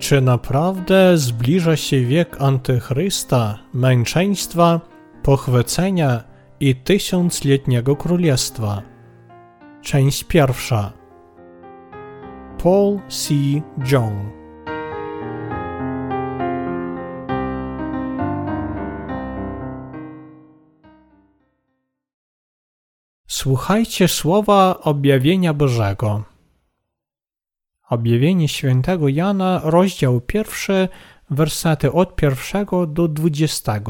Czy naprawdę zbliża się wiek Antychrysta, męczeństwa, pochwycenia i tysiącletniego królestwa? Część pierwsza. Paul C. Jong. Słuchajcie słowa objawienia Bożego. Objawienie świętego Jana, rozdział 1, wersety od 1 do 20.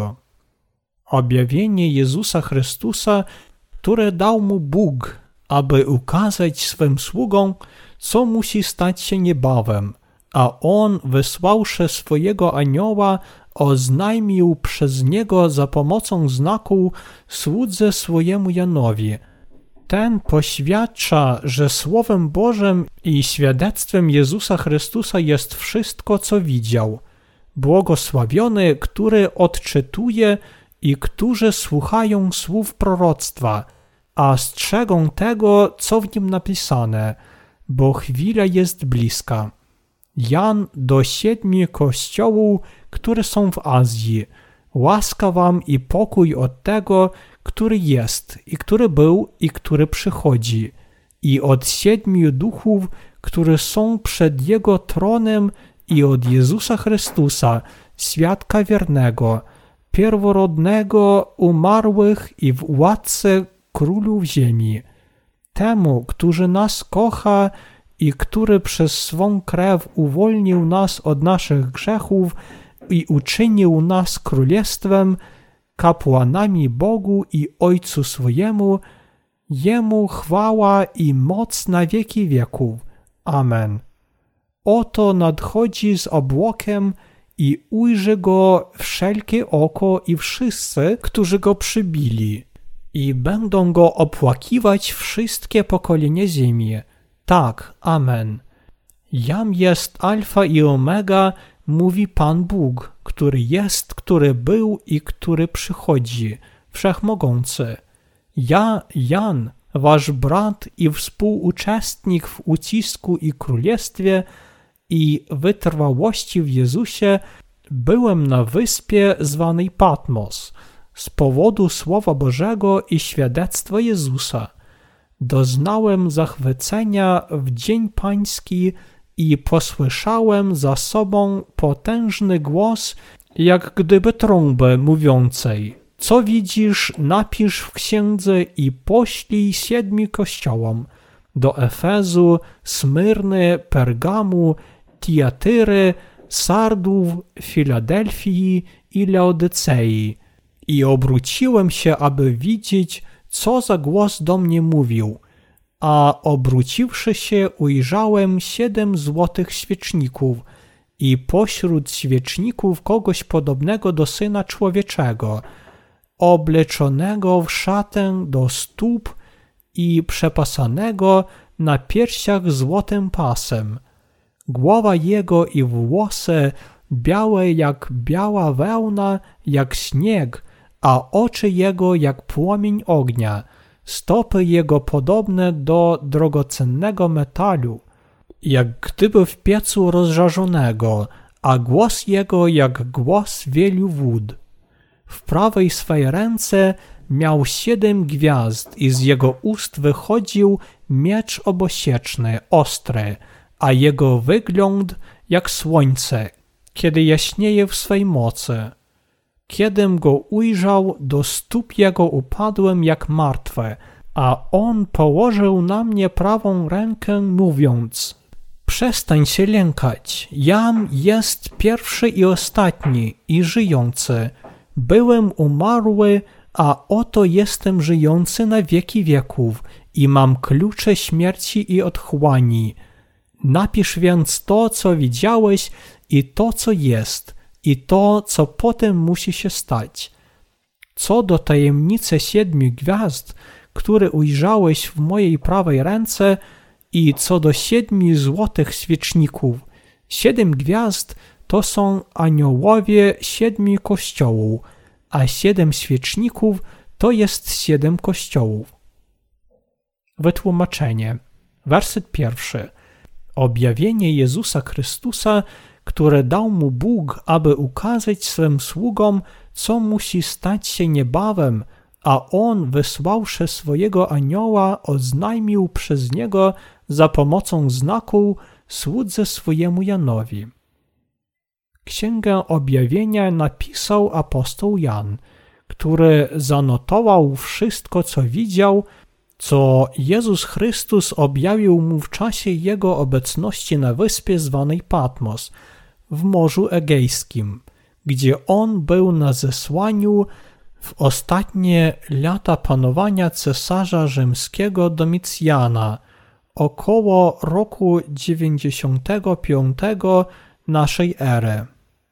Objawienie Jezusa Chrystusa, które dał mu Bóg, aby ukazać swym sługom, co musi stać się niebawem, a On, wysławszy swojego anioła, oznajmił przez niego za pomocą znaku słudze swojemu Janowi. Ten poświadcza, że Słowem Bożym i świadectwem Jezusa Chrystusa jest wszystko, co widział. Błogosławiony, który odczytuje i którzy słuchają słów proroctwa, a strzegą tego, co w nim napisane, bo chwila jest bliska. Jan do 7 kościołów, które są w Azji. Łaska wam i pokój od tego, który jest, i który był, i który przychodzi, i od 7 duchów, które są przed Jego tronem, i od Jezusa Chrystusa, świadka wiernego, pierworodnego umarłych i władcy królów ziemi. Temu, który nas kocha i który przez swą krew uwolnił nas od naszych grzechów i uczynił nas królestwem, kapłanami Bogu i Ojcu swojemu, Jemu chwała i moc na wieki wieków. Amen. Oto nadchodzi z obłokiem i ujrzy go wszelkie oko i wszyscy, którzy go przybili, i będą go opłakiwać wszystkie pokolenia ziemi. Tak, amen. Jam jest Alfa i Omega, mówi Pan Bóg, który jest, który był i który przychodzi, Wszechmogący. Ja, Jan, wasz brat i współuczestnik w ucisku i królestwie i wytrwałości w Jezusie, byłem na wyspie zwanej Patmos z powodu Słowa Bożego i świadectwa Jezusa. Doznałem zachwycenia w dzień pański i posłyszałem za sobą potężny głos, jak gdyby trąby mówiącej: co widzisz, napisz w księdze i poślij 7 kościołom: do Efezu, Smyrny, Pergamu, Tiatyry, Sardów, Filadelfii i Laodycei. I obróciłem się, aby widzieć, co za głos do mnie mówił. A obróciwszy się, ujrzałem 7 złotych świeczników i pośród świeczników kogoś podobnego do Syna Człowieczego, obleczonego w szatę do stóp i przepasanego na piersiach złotym pasem. Głowa jego i włosy białe jak biała wełna, jak śnieg, a oczy jego jak płomień ognia, stopy jego podobne do drogocennego metalu, jak gdyby w piecu rozżarzonego, a głos jego jak głos wielu wód. W prawej swej ręce miał 7 gwiazd i z jego ust wychodził miecz obosieczny, ostry, a jego wygląd jak słońce, kiedy jaśnieje w swej mocy. Kiedym go ujrzał, do stóp jego upadłem jak martwy, a on położył na mnie prawą rękę, mówiąc: przestań się lękać, jam jest pierwszy i ostatni i żyjący. Byłem umarły, a oto jestem żyjący na wieki wieków i mam klucze śmierci i otchłani. Napisz więc to, co widziałeś, i to, co jest, i to, co potem musi się stać. Co do tajemnicy 7 gwiazd, które ujrzałeś w mojej prawej ręce, i co do 7 złotych świeczników, 7 gwiazd to są aniołowie 7 kościołów, a 7 świeczników to jest 7 kościołów. Wytłumaczenie. Werset 1. Objawienie Jezusa Chrystusa, które dał mu Bóg, aby ukazać swym sługom, co musi stać się niebawem, a on, wysławszy swojego anioła, oznajmił przez niego za pomocą znaku słudze swojemu Janowi. Księgę Objawienia napisał apostoł Jan, który zanotował wszystko, co widział, co Jezus Chrystus objawił mu w czasie jego obecności na wyspie zwanej Patmos w Morzu Egejskim, gdzie on był na zesłaniu w ostatnie lata panowania cesarza rzymskiego Domicjana, około roku 95 naszej ery.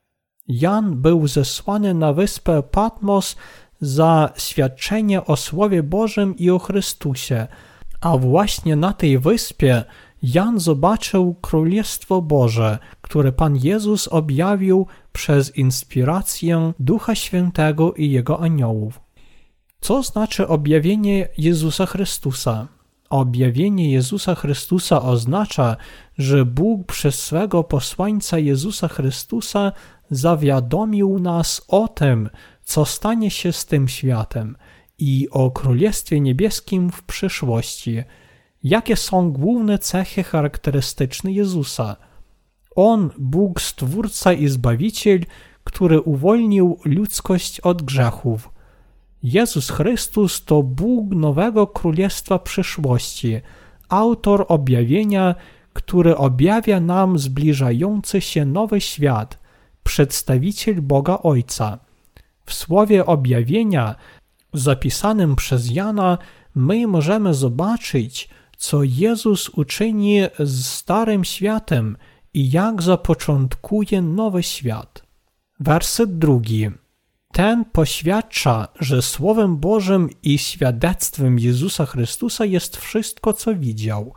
Jan był zesłany na wyspę Patmos za świadczenie o Słowie Bożym i o Chrystusie, a właśnie na tej wyspie Jan zobaczył Królestwo Boże, które Pan Jezus objawił przez inspirację Ducha Świętego i Jego aniołów. Co znaczy objawienie Jezusa Chrystusa? Objawienie Jezusa Chrystusa oznacza, że Bóg przez swego posłańca Jezusa Chrystusa zawiadomił nas o tym, co stanie się z tym światem i o Królestwie Niebieskim w przyszłości. Jakie są główne cechy charakterystyczne Jezusa? On, Bóg Stwórca i Zbawiciel, który uwolnił ludzkość od grzechów. Jezus Chrystus to Bóg nowego Królestwa przyszłości, autor objawienia, który objawia nam zbliżający się nowy świat, przedstawiciel Boga Ojca. W słowie objawienia zapisanym przez Jana my możemy zobaczyć, co Jezus uczyni z Starym Światem i jak zapoczątkuje nowy świat. Werset 2. Ten poświadcza, że Słowem Bożym i świadectwem Jezusa Chrystusa jest wszystko, co widział.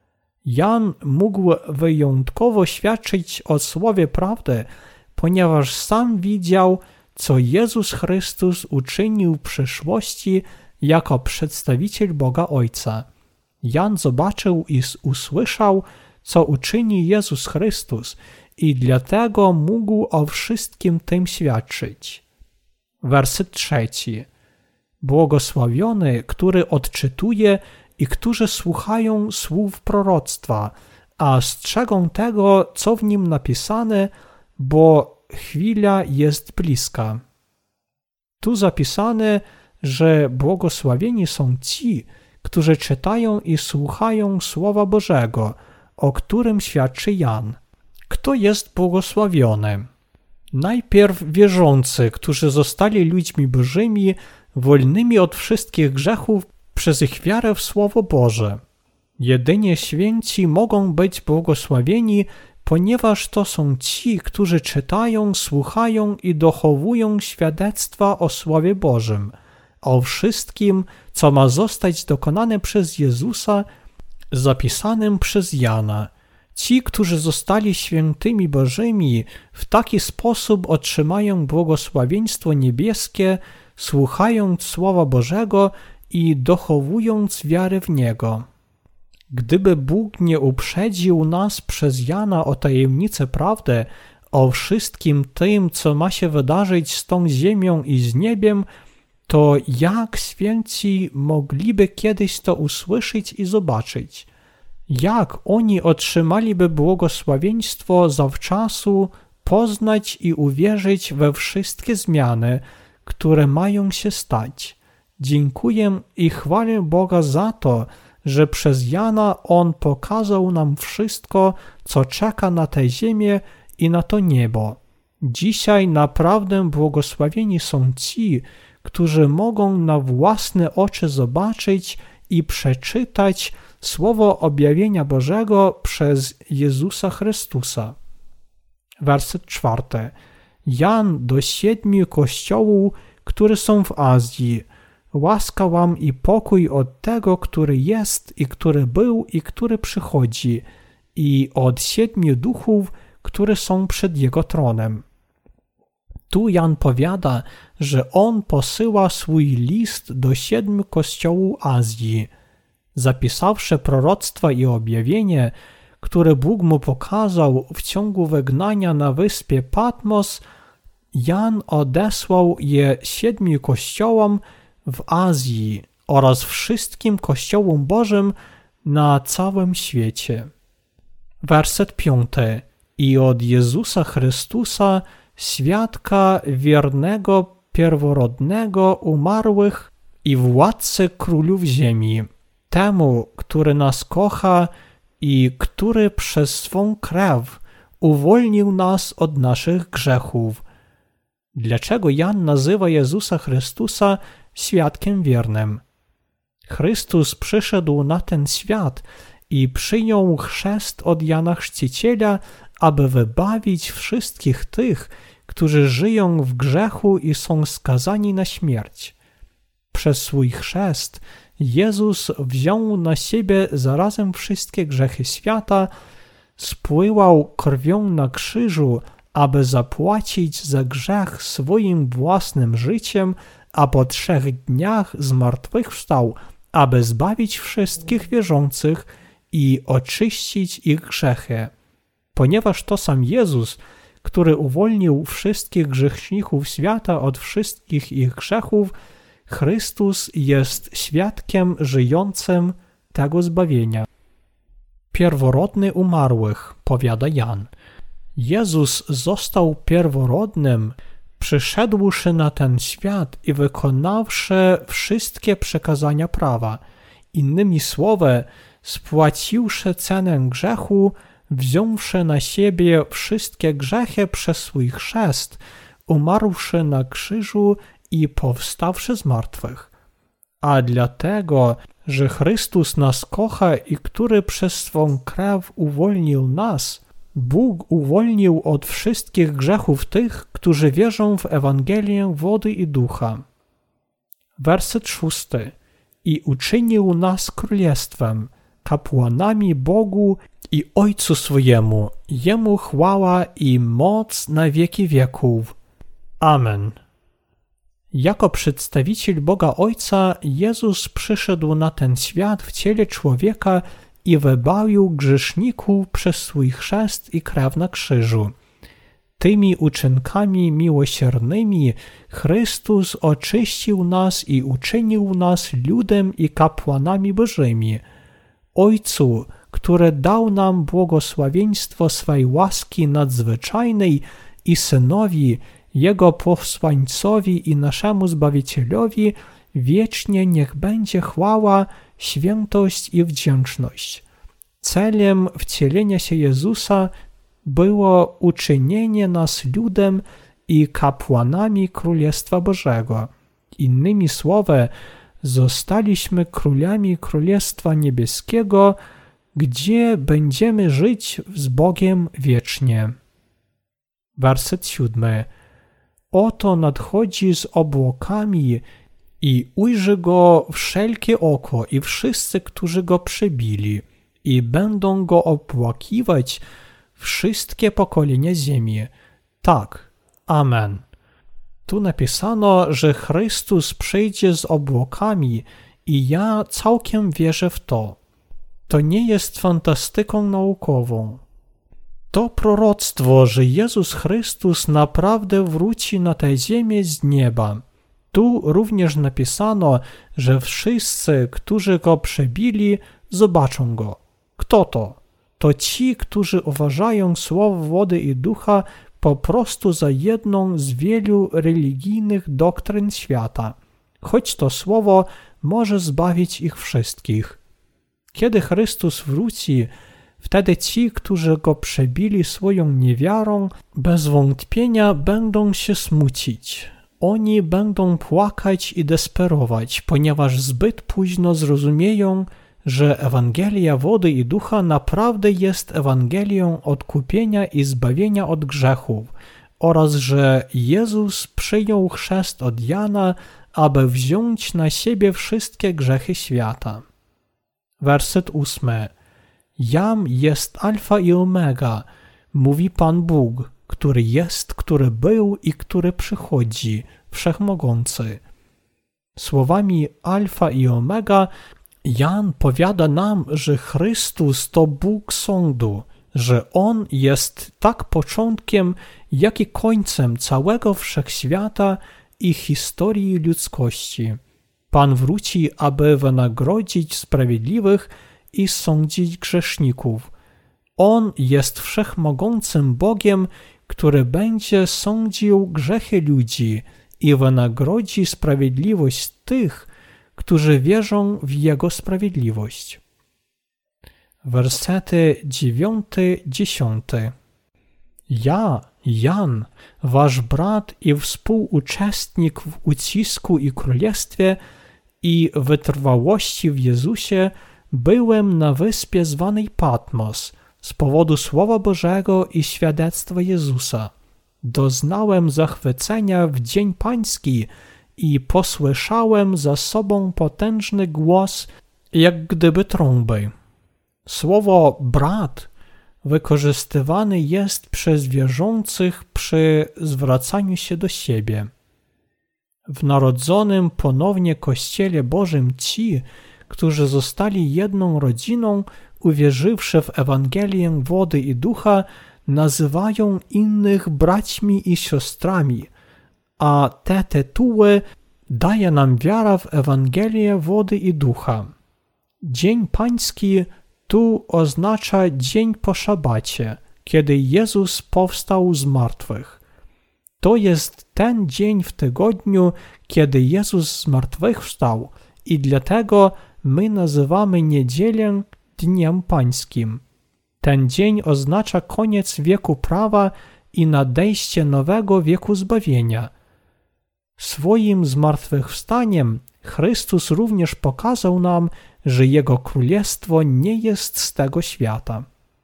Jan mógł wyjątkowo świadczyć o Słowie prawdy, ponieważ sam widział, co Jezus Chrystus uczynił w przyszłości jako przedstawiciel Boga Ojca. Jan zobaczył i usłyszał, co uczyni Jezus Chrystus i dlatego mógł o wszystkim tym świadczyć. Werset 3. Błogosławiony, który odczytuje i którzy słuchają słów proroctwa, a strzegą tego, co w nim napisane, bo chwila jest bliska. Tu zapisane, że błogosławieni są ci, którzy czytają i słuchają Słowa Bożego, o którym świadczy Jan. Kto jest błogosławiony? Najpierw wierzący, którzy zostali ludźmi Bożymi, wolnymi od wszystkich grzechów przez ich wiarę w Słowo Boże. Jedynie święci mogą być błogosławieni, ponieważ to są ci, którzy czytają, słuchają i dochowują świadectwa o Słowie Bożym, o wszystkim, co ma zostać dokonane przez Jezusa, zapisanym przez Jana. Ci, którzy zostali świętymi Bożymi, w taki sposób otrzymają błogosławieństwo niebieskie, słuchając Słowa Bożego i dochowując wiary w Niego. Gdyby Bóg nie uprzedził nas przez Jana o tajemnicę prawdy, o wszystkim tym, co ma się wydarzyć z tą ziemią i z niebiem, to jak święci mogliby kiedyś to usłyszeć i zobaczyć? Jak oni otrzymaliby błogosławieństwo zawczasu poznać i uwierzyć we wszystkie zmiany, które mają się stać? Dziękuję i chwalę Boga za to, że przez Jana On pokazał nam wszystko, co czeka na tę ziemię i na to niebo. Dzisiaj naprawdę błogosławieni są ci, którzy mogą na własne oczy zobaczyć i przeczytać Słowo objawienia Bożego przez Jezusa Chrystusa. Werset 4. Jan do 7 kościołów, które są w Azji. Łaska wam i pokój od tego, który jest i który był i który przychodzi, i od 7 duchów, które są przed Jego tronem. Tu Jan powiada, że on posyła swój list do 7 kościołów Azji. Zapisawszy proroctwa i objawienie, które Bóg mu pokazał w ciągu wygnania na wyspie Patmos, Jan odesłał je 7 kościołom w Azji oraz wszystkim kościołom Bożym na całym świecie. Werset 5. I od Jezusa Chrystusa, świadka wiernego, pierworodnego umarłych i władcy królów ziemi, temu, który nas kocha i który przez swą krew uwolnił nas od naszych grzechów. Dlaczego Jan nazywa Jezusa Chrystusa świadkiem wiernym? Chrystus przyszedł na ten świat i przyjął chrzest od Jana Chrzciciela, aby wybawić wszystkich tych, którzy żyją w grzechu i są skazani na śmierć. Przez swój chrzest Jezus wziął na siebie zarazem wszystkie grzechy świata, spływał krwią na krzyżu, aby zapłacić za grzech swoim własnym życiem, a po 3 dniach zmartwychwstał, aby zbawić wszystkich wierzących i oczyścić ich grzechy. Ponieważ to sam Jezus, który uwolnił wszystkich grzeszników świata od wszystkich ich grzechów, Chrystus jest świadkiem żyjącym tego zbawienia. Pierworodny umarłych, powiada Jan. Jezus został pierworodnym, przyszedłszy na ten świat i wykonawszy wszystkie przekazania prawa. Innymi słowy, spłaciwszy cenę grzechu, wziąwszy na siebie wszystkie grzechy przez swój chrzest, umarłszy na krzyżu i powstawszy z martwych. A dlatego, że Chrystus nas kocha i który przez swą krew uwolnił nas, Bóg uwolnił od wszystkich grzechów tych, którzy wierzą w Ewangelię wody i ducha. Werset 6. I uczynił nas królestwem, kapłanami Bogu i Ojcu swojemu. Jemu chwała i moc na wieki wieków. Amen. Jako przedstawiciel Boga Ojca, Jezus przyszedł na ten świat w ciele człowieka i wybawił grzeszników przez swój chrzest i krew na krzyżu. Tymi uczynkami miłosiernymi Chrystus oczyścił nas i uczynił nas ludem i kapłanami Bożymi. Ojcu, który dał nam błogosławieństwo swej łaski nadzwyczajnej i Synowi, Jego posłańcowi i naszemu Zbawicielowi, wiecznie niech będzie chwała, świętość i wdzięczność. Celem wcielenia się Jezusa było uczynienie nas ludem i kapłanami Królestwa Bożego. Innymi słowy, zostaliśmy królami Królestwa Niebieskiego, gdzie będziemy żyć z Bogiem wiecznie. Werset 7. Oto nadchodzi z obłokami i ujrzy go wszelkie oko i wszyscy, którzy go przebili, i będą go opłakiwać wszystkie pokolenia ziemi. Tak, amen. Tu napisano, że Chrystus przyjdzie z obłokami i ja całkiem wierzę w to. To nie jest fantastyką naukową. To proroctwo, że Jezus Chrystus naprawdę wróci na tę ziemię z nieba. Tu również napisano, że wszyscy, którzy go przebili, zobaczą go. Kto to? To ci, którzy uważają słowo wody i ducha po prostu za jedną z wielu religijnych doktryn świata, choć to słowo może zbawić ich wszystkich. Kiedy Chrystus wróci, wtedy ci, którzy go przebili swoją niewiarą, bez wątpienia będą się smucić. Oni będą płakać i desperować, ponieważ zbyt późno zrozumieją, że Ewangelia wody i ducha naprawdę jest Ewangelią odkupienia i zbawienia od grzechów oraz że Jezus przyjął chrzest od Jana, aby wziąć na siebie wszystkie grzechy świata. Werset 8. Jam jest Alfa i Omega, mówi Pan Bóg, który jest, który był i który przychodzi, Wszechmogący. Słowami Alfa i Omega Jan powiada nam, że Chrystus to Bóg sądu, że On jest tak początkiem, jak i końcem całego wszechświata i historii ludzkości. Pan wróci, aby wynagrodzić sprawiedliwych i sądzić grzeszników. On jest wszechmogącym Bogiem, który będzie sądził grzechy ludzi i wynagrodzi sprawiedliwość tych, którzy wierzą w Jego sprawiedliwość. Wersety 9-10. Ja, Jan, wasz brat i współuczestnik w ucisku i królestwie i wytrwałości w Jezusie, byłem na wyspie zwanej Patmos z powodu Słowa Bożego i świadectwa Jezusa. Doznałem zachwycenia w dzień pański i posłyszałem za sobą potężny głos, jak gdyby trąby. Słowo brat wykorzystywane jest przez wierzących przy zwracaniu się do siebie. W narodzonym ponownie Kościele Bożym ci, którzy zostali jedną rodziną, uwierzywszy w Ewangelię wody i ducha, nazywają innych braćmi i siostrami, a te tytuły daje nam wiara w Ewangelię wody i ducha. Dzień pański tu oznacza dzień po szabacie, kiedy Jezus powstał z martwych. To jest ten dzień w tygodniu, kiedy Jezus zmartwychwstał i dlatego my nazywamy niedzielę Dniem Pańskim. Ten dzień oznacza koniec wieku prawa i nadejście nowego wieku zbawienia. Swoim zmartwychwstaniem Chrystus również pokazał nam, że Jego królestwo nie jest z tego świata.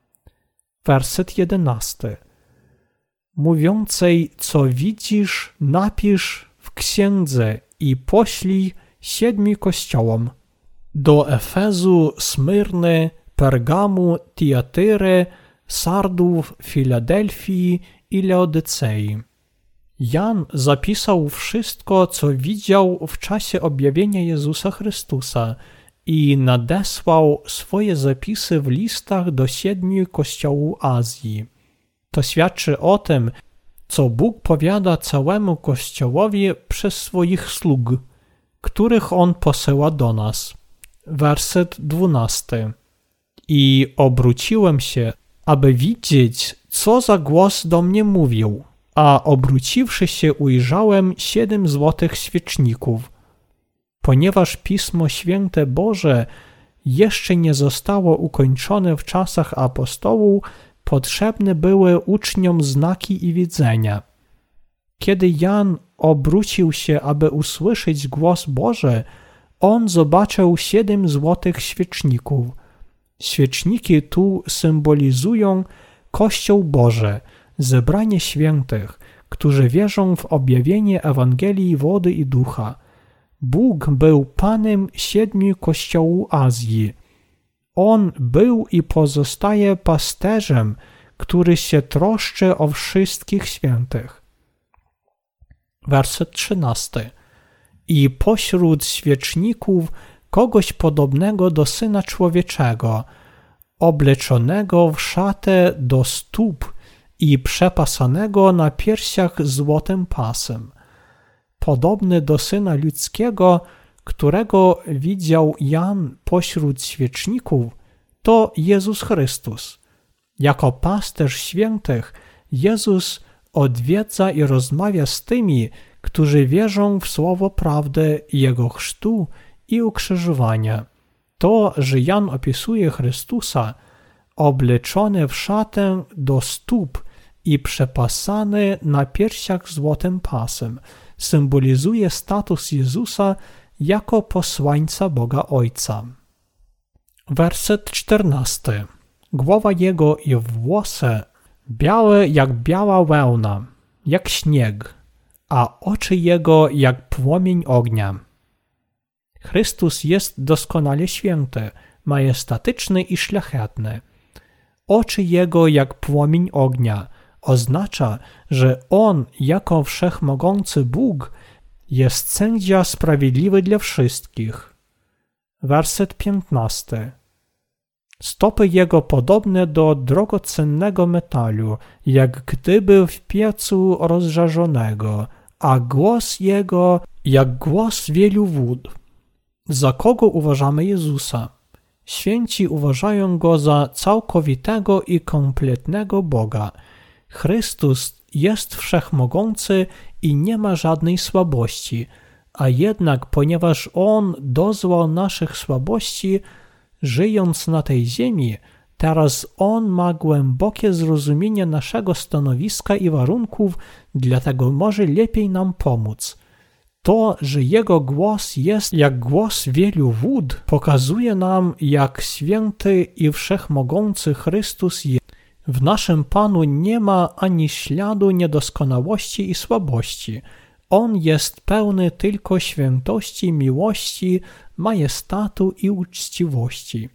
Werset 11. Mówiącej, co widzisz, napisz w księdze i poślij 7 kościołom. Do Efezu, Smyrny, Pergamu, Tiatyry, Sardów, Filadelfii i Laodycei. Jan zapisał wszystko, co widział w czasie objawienia Jezusa Chrystusa i nadesłał swoje zapisy w listach do 7 kościołów Azji. To świadczy o tym, co Bóg powiada całemu Kościołowi przez swoich sług, których On posyła do nas. Werset 12. I obróciłem się, aby widzieć, co za głos do mnie mówił, a obróciwszy się ujrzałem 7 złotych świeczników. Ponieważ Pismo Święte Boże jeszcze nie zostało ukończone w czasach apostołów, potrzebne były uczniom znaki i widzenia. Kiedy Jan obrócił się, aby usłyszeć głos Boży, on zobaczył 7 złotych świeczników. Świeczniki tu symbolizują Kościół Boży, zebranie świętych, którzy wierzą w objawienie Ewangelii wody i ducha. Bóg był Panem 7 kościołów Azji. On był i pozostaje pasterzem, który się troszczy o wszystkich świętych. Werset 13. I pośród świeczników kogoś podobnego do Syna Człowieczego, obleczonego w szatę do stóp i przepasanego na piersiach złotym pasem. Podobny do Syna Ludzkiego, którego widział Jan pośród świeczników, to Jezus Chrystus. Jako pasterz świętych, Jezus odwiedza i rozmawia z tymi, którzy wierzą w słowo prawdy Jego chrztu i ukrzyżowania. To, że Jan opisuje Chrystusa, obleczony w szatę do stóp i przepasany na piersiach złotym pasem, symbolizuje status Jezusa jako posłańca Boga Ojca. Werset 14. Głowa Jego i włosy białe jak biała wełna, jak śnieg, a oczy Jego jak płomień ognia. Chrystus jest doskonale święty, majestatyczny i szlachetny. Oczy Jego jak płomień ognia oznacza, że On jako wszechmogący Bóg jest sędzia sprawiedliwy dla wszystkich. Werset 15. Stopy jego podobne do drogocennego metalu, jak gdyby w piecu rozżarzonego, a głos jego jak głos wielu wód. Za kogo uważamy Jezusa? Święci uważają Go za całkowitego i kompletnego Boga. Chrystus jest wszechmogący i nie ma żadnej słabości, a jednak ponieważ On doznał naszych słabości, żyjąc na tej ziemi, teraz On ma głębokie zrozumienie naszego stanowiska i warunków, dlatego może lepiej nam pomóc. To, że Jego głos jest jak głos wielu wód, pokazuje nam, jak święty i wszechmogący Chrystus jest. W naszym Panu nie ma ani śladu niedoskonałości i słabości. On jest pełny tylko świętości, miłości, majestatu i uczciwości.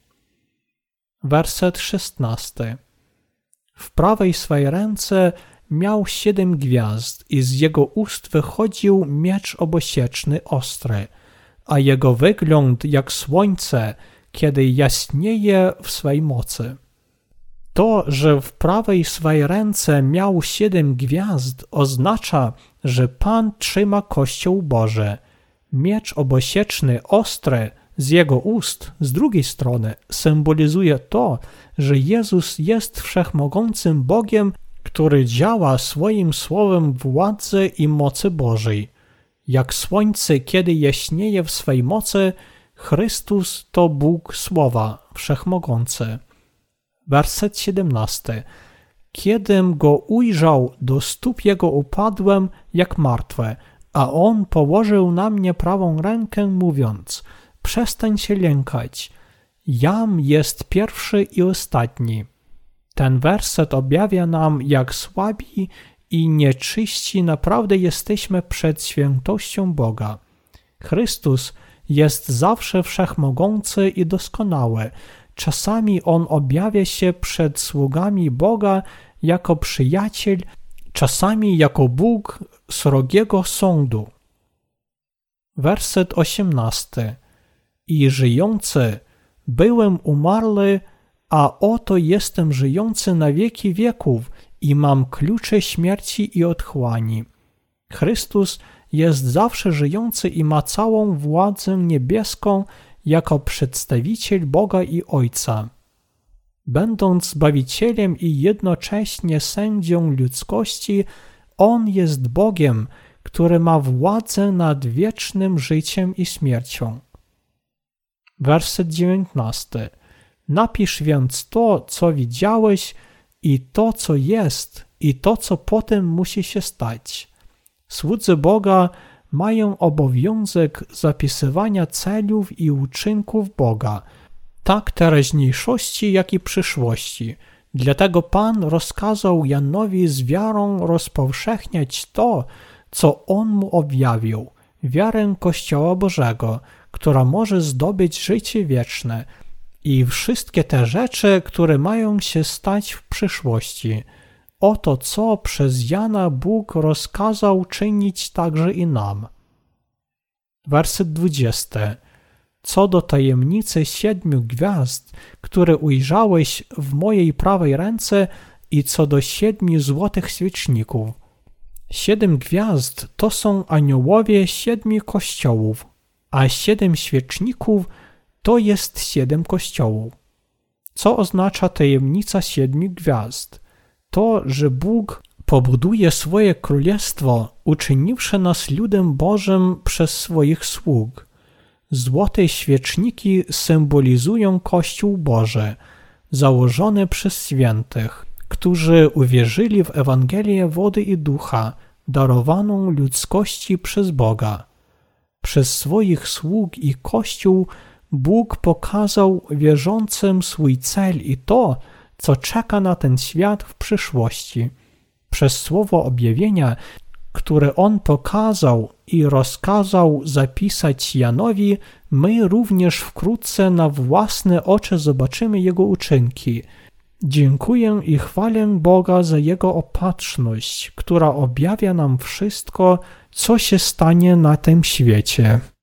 Werset 16. W prawej swej ręce miał 7 gwiazd i z jego ust wychodził miecz obosieczny ostry, a jego wygląd jak słońce, kiedy jaśnieje w swej mocy. To, że w prawej swej ręce miał 7 gwiazd, oznacza, że Pan trzyma Kościół Boży. Miecz obosieczny ostry z jego ust, z drugiej strony, symbolizuje to, że Jezus jest wszechmogącym Bogiem, który działa swoim słowem władzy i mocy Bożej. Jak słońce, kiedy jaśnieje w swej mocy, Chrystus to Bóg Słowa Wszechmogący. Werset 17. Kiedym go ujrzał, do stóp jego upadłem jak martwy, a on położył na mnie prawą rękę, mówiąc: przestań się lękać, jam jest pierwszy i ostatni. Ten werset objawia nam, jak słabi i nieczyści naprawdę jesteśmy przed świętością Boga. Chrystus jest zawsze wszechmogący i doskonały. Czasami On objawia się przed sługami Boga jako przyjaciel, czasami jako Bóg srogiego sądu. Werset 18. I żyjący, byłem umarły, a oto jestem żyjący na wieki wieków i mam klucze śmierci i otchłani. Chrystus jest zawsze żyjący i ma całą władzę niebieską jako przedstawiciel Boga i Ojca. Będąc Zbawicielem i jednocześnie sędzią ludzkości, On jest Bogiem, który ma władzę nad wiecznym życiem i śmiercią. Werset 19. Napisz więc to, co widziałeś, i to, co jest, i to, co potem musi się stać. Słudzy Boga mają obowiązek zapisywania celów i uczynków Boga, tak teraźniejszości, jak i przyszłości. Dlatego Pan rozkazał Janowi z wiarą rozpowszechniać to, co On mu objawił, wiarę Kościoła Bożego, która może zdobyć życie wieczne i wszystkie te rzeczy, które mają się stać w przyszłości. Oto co przez Jana Bóg rozkazał czynić także i nam. Werset 20. Co do tajemnicy 7 gwiazd, które ujrzałeś w mojej prawej ręce, i co do 7 złotych świeczników. 7 gwiazd to są aniołowie 7 kościołów, a 7 świeczników to jest 7 kościołów. Co oznacza tajemnica 7 gwiazd? To, że Bóg pobuduje swoje królestwo, uczyniwszy nas ludem Bożym przez swoich sług. Złote świeczniki symbolizują Kościół Boży, założony przez świętych, którzy uwierzyli w Ewangelię wody i ducha, darowaną ludzkości przez Boga. Przez swoich sług i Kościół Bóg pokazał wierzącym swój cel i to, co czeka na ten świat w przyszłości. Przez słowo objawienia, które On pokazał i rozkazał zapisać Janowi, my również wkrótce na własne oczy zobaczymy Jego uczynki. Dziękuję i chwalę Boga za Jego opatrzność, która objawia nam wszystko, co się stanie na tym świecie.